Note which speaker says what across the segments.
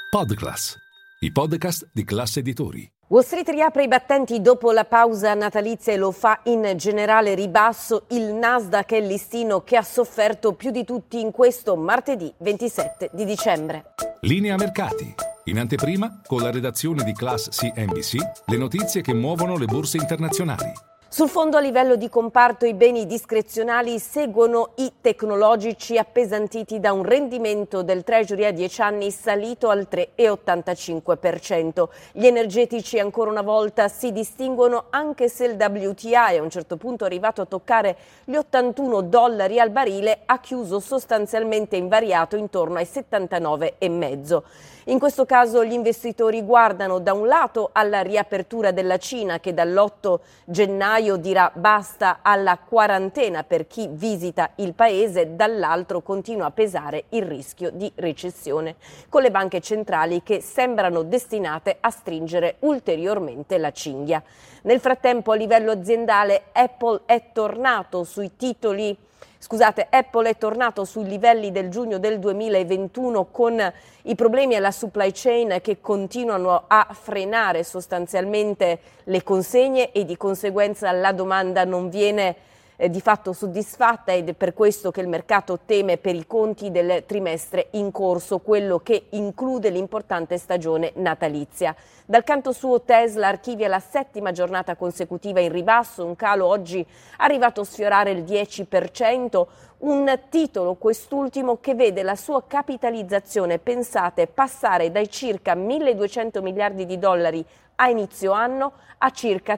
Speaker 1: Podclass, i podcast di Class Editori.
Speaker 2: Wall Street riapre i battenti dopo la pausa natalizia e lo fa in generale ribasso. Il Nasdaq è il listino che ha sofferto più di tutti in questo martedì 27 di dicembre.
Speaker 1: Linea mercati. In anteprima, con la redazione di Class CNBC, le notizie che muovono le borse internazionali.
Speaker 2: Sul fondo a livello di comparto i beni discrezionali seguono i tecnologici appesantiti da un rendimento del Treasury a 10 anni salito al 3,85%. Gli energetici ancora una volta si distinguono anche se il WTI a un certo punto è arrivato a toccare gli $81 al barile, ha chiuso sostanzialmente invariato intorno ai 79,5. In questo caso gli investitori guardano da un lato alla riapertura della Cina che dall'8 gennaio dirà basta alla quarantena per chi visita il paese, dall'altro continua a pesare il rischio di recessione, con le banche centrali che sembrano destinate a stringere ulteriormente la cinghia. Nel frattempo a livello aziendale Apple è tornato sui livelli del giugno del 2021 con i problemi alla supply chain che continuano a frenare sostanzialmente le consegne e di conseguenza la domanda non viene di fatto soddisfatta ed è per questo che il mercato teme per i conti del trimestre in corso, quello che include l'importante stagione natalizia. Dal canto suo Tesla archivia la 7ª giornata consecutiva in ribasso, un calo oggi arrivato a sfiorare il 10%, un titolo quest'ultimo che vede la sua capitalizzazione, pensate, passare dai circa 1.200 miliardi di dollari a inizio anno a circa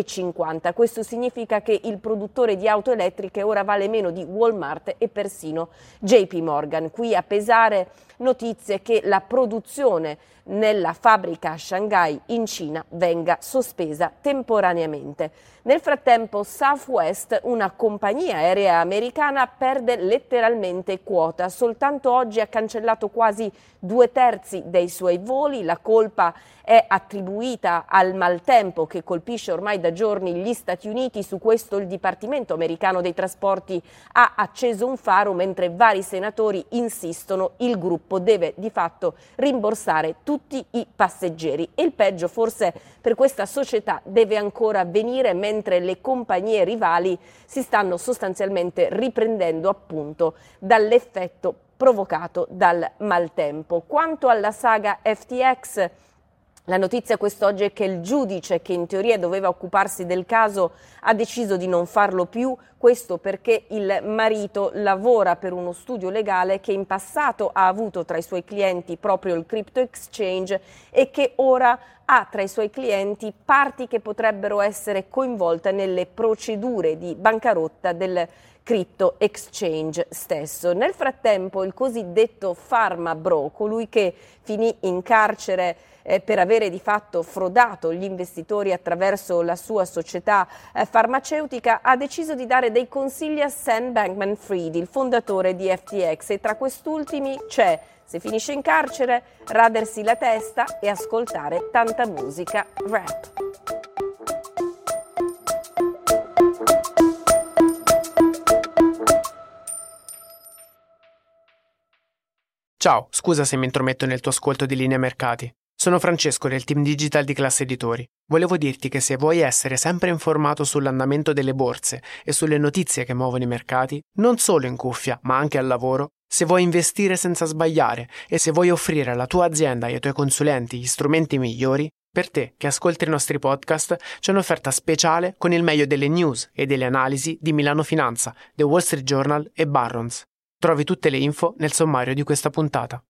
Speaker 2: 3,50. Questo significa che il produttore di auto elettriche ora vale meno di Walmart e persino JP Morgan. Qui a pesare notizie che la produzione nella fabbrica a Shanghai in Cina venga sospesa temporaneamente. Nel frattempo Southwest, una compagnia aerea americana, perde letteralmente quota. Soltanto oggi ha cancellato quasi 2/3 dei suoi voli. La colpa è attribuita al maltempo che colpisce ormai da giorni gli Stati Uniti. Su questo il Dipartimento americano dei trasporti ha acceso un faro, mentre vari senatori insistono, il gruppo deve di fatto rimborsare tutti i passeggeri. E il peggio forse per questa società deve ancora avvenire, mentre le compagnie rivali si stanno sostanzialmente riprendendo appunto dall'effetto provocato dal maltempo. Quanto alla saga FTX, la notizia quest'oggi è che il giudice che in teoria doveva occuparsi del caso ha deciso di non farlo più, questo perché il marito lavora per uno studio legale che in passato ha avuto tra i suoi clienti proprio il crypto exchange e che ora ha tra i suoi clienti parti che potrebbero essere coinvolte nelle procedure di bancarotta del crypto exchange stesso. Nel frattempo il cosiddetto Pharma Bro, colui che finì in carcere per avere di fatto frodato gli investitori attraverso la sua società farmaceutica, ha deciso di dare dei consigli a Sam Bankman-Fried, il fondatore di FTX, e tra quest'ultimi c'è, se finisce in carcere, radersi la testa e ascoltare tanta musica rap.
Speaker 3: Ciao, scusa se mi intrometto nel tuo ascolto di Linea Mercati. Sono Francesco del team digital di Class Editori. Volevo dirti che se vuoi essere sempre informato sull'andamento delle borse e sulle notizie che muovono i mercati, non solo in cuffia, ma anche al lavoro, se vuoi investire senza sbagliare e se vuoi offrire alla tua azienda e ai tuoi consulenti gli strumenti migliori, per te che ascolti i nostri podcast c'è un'offerta speciale con il meglio delle news e delle analisi di Milano Finanza, The Wall Street Journal e Barron's. Trovi tutte le info nel sommario di questa puntata.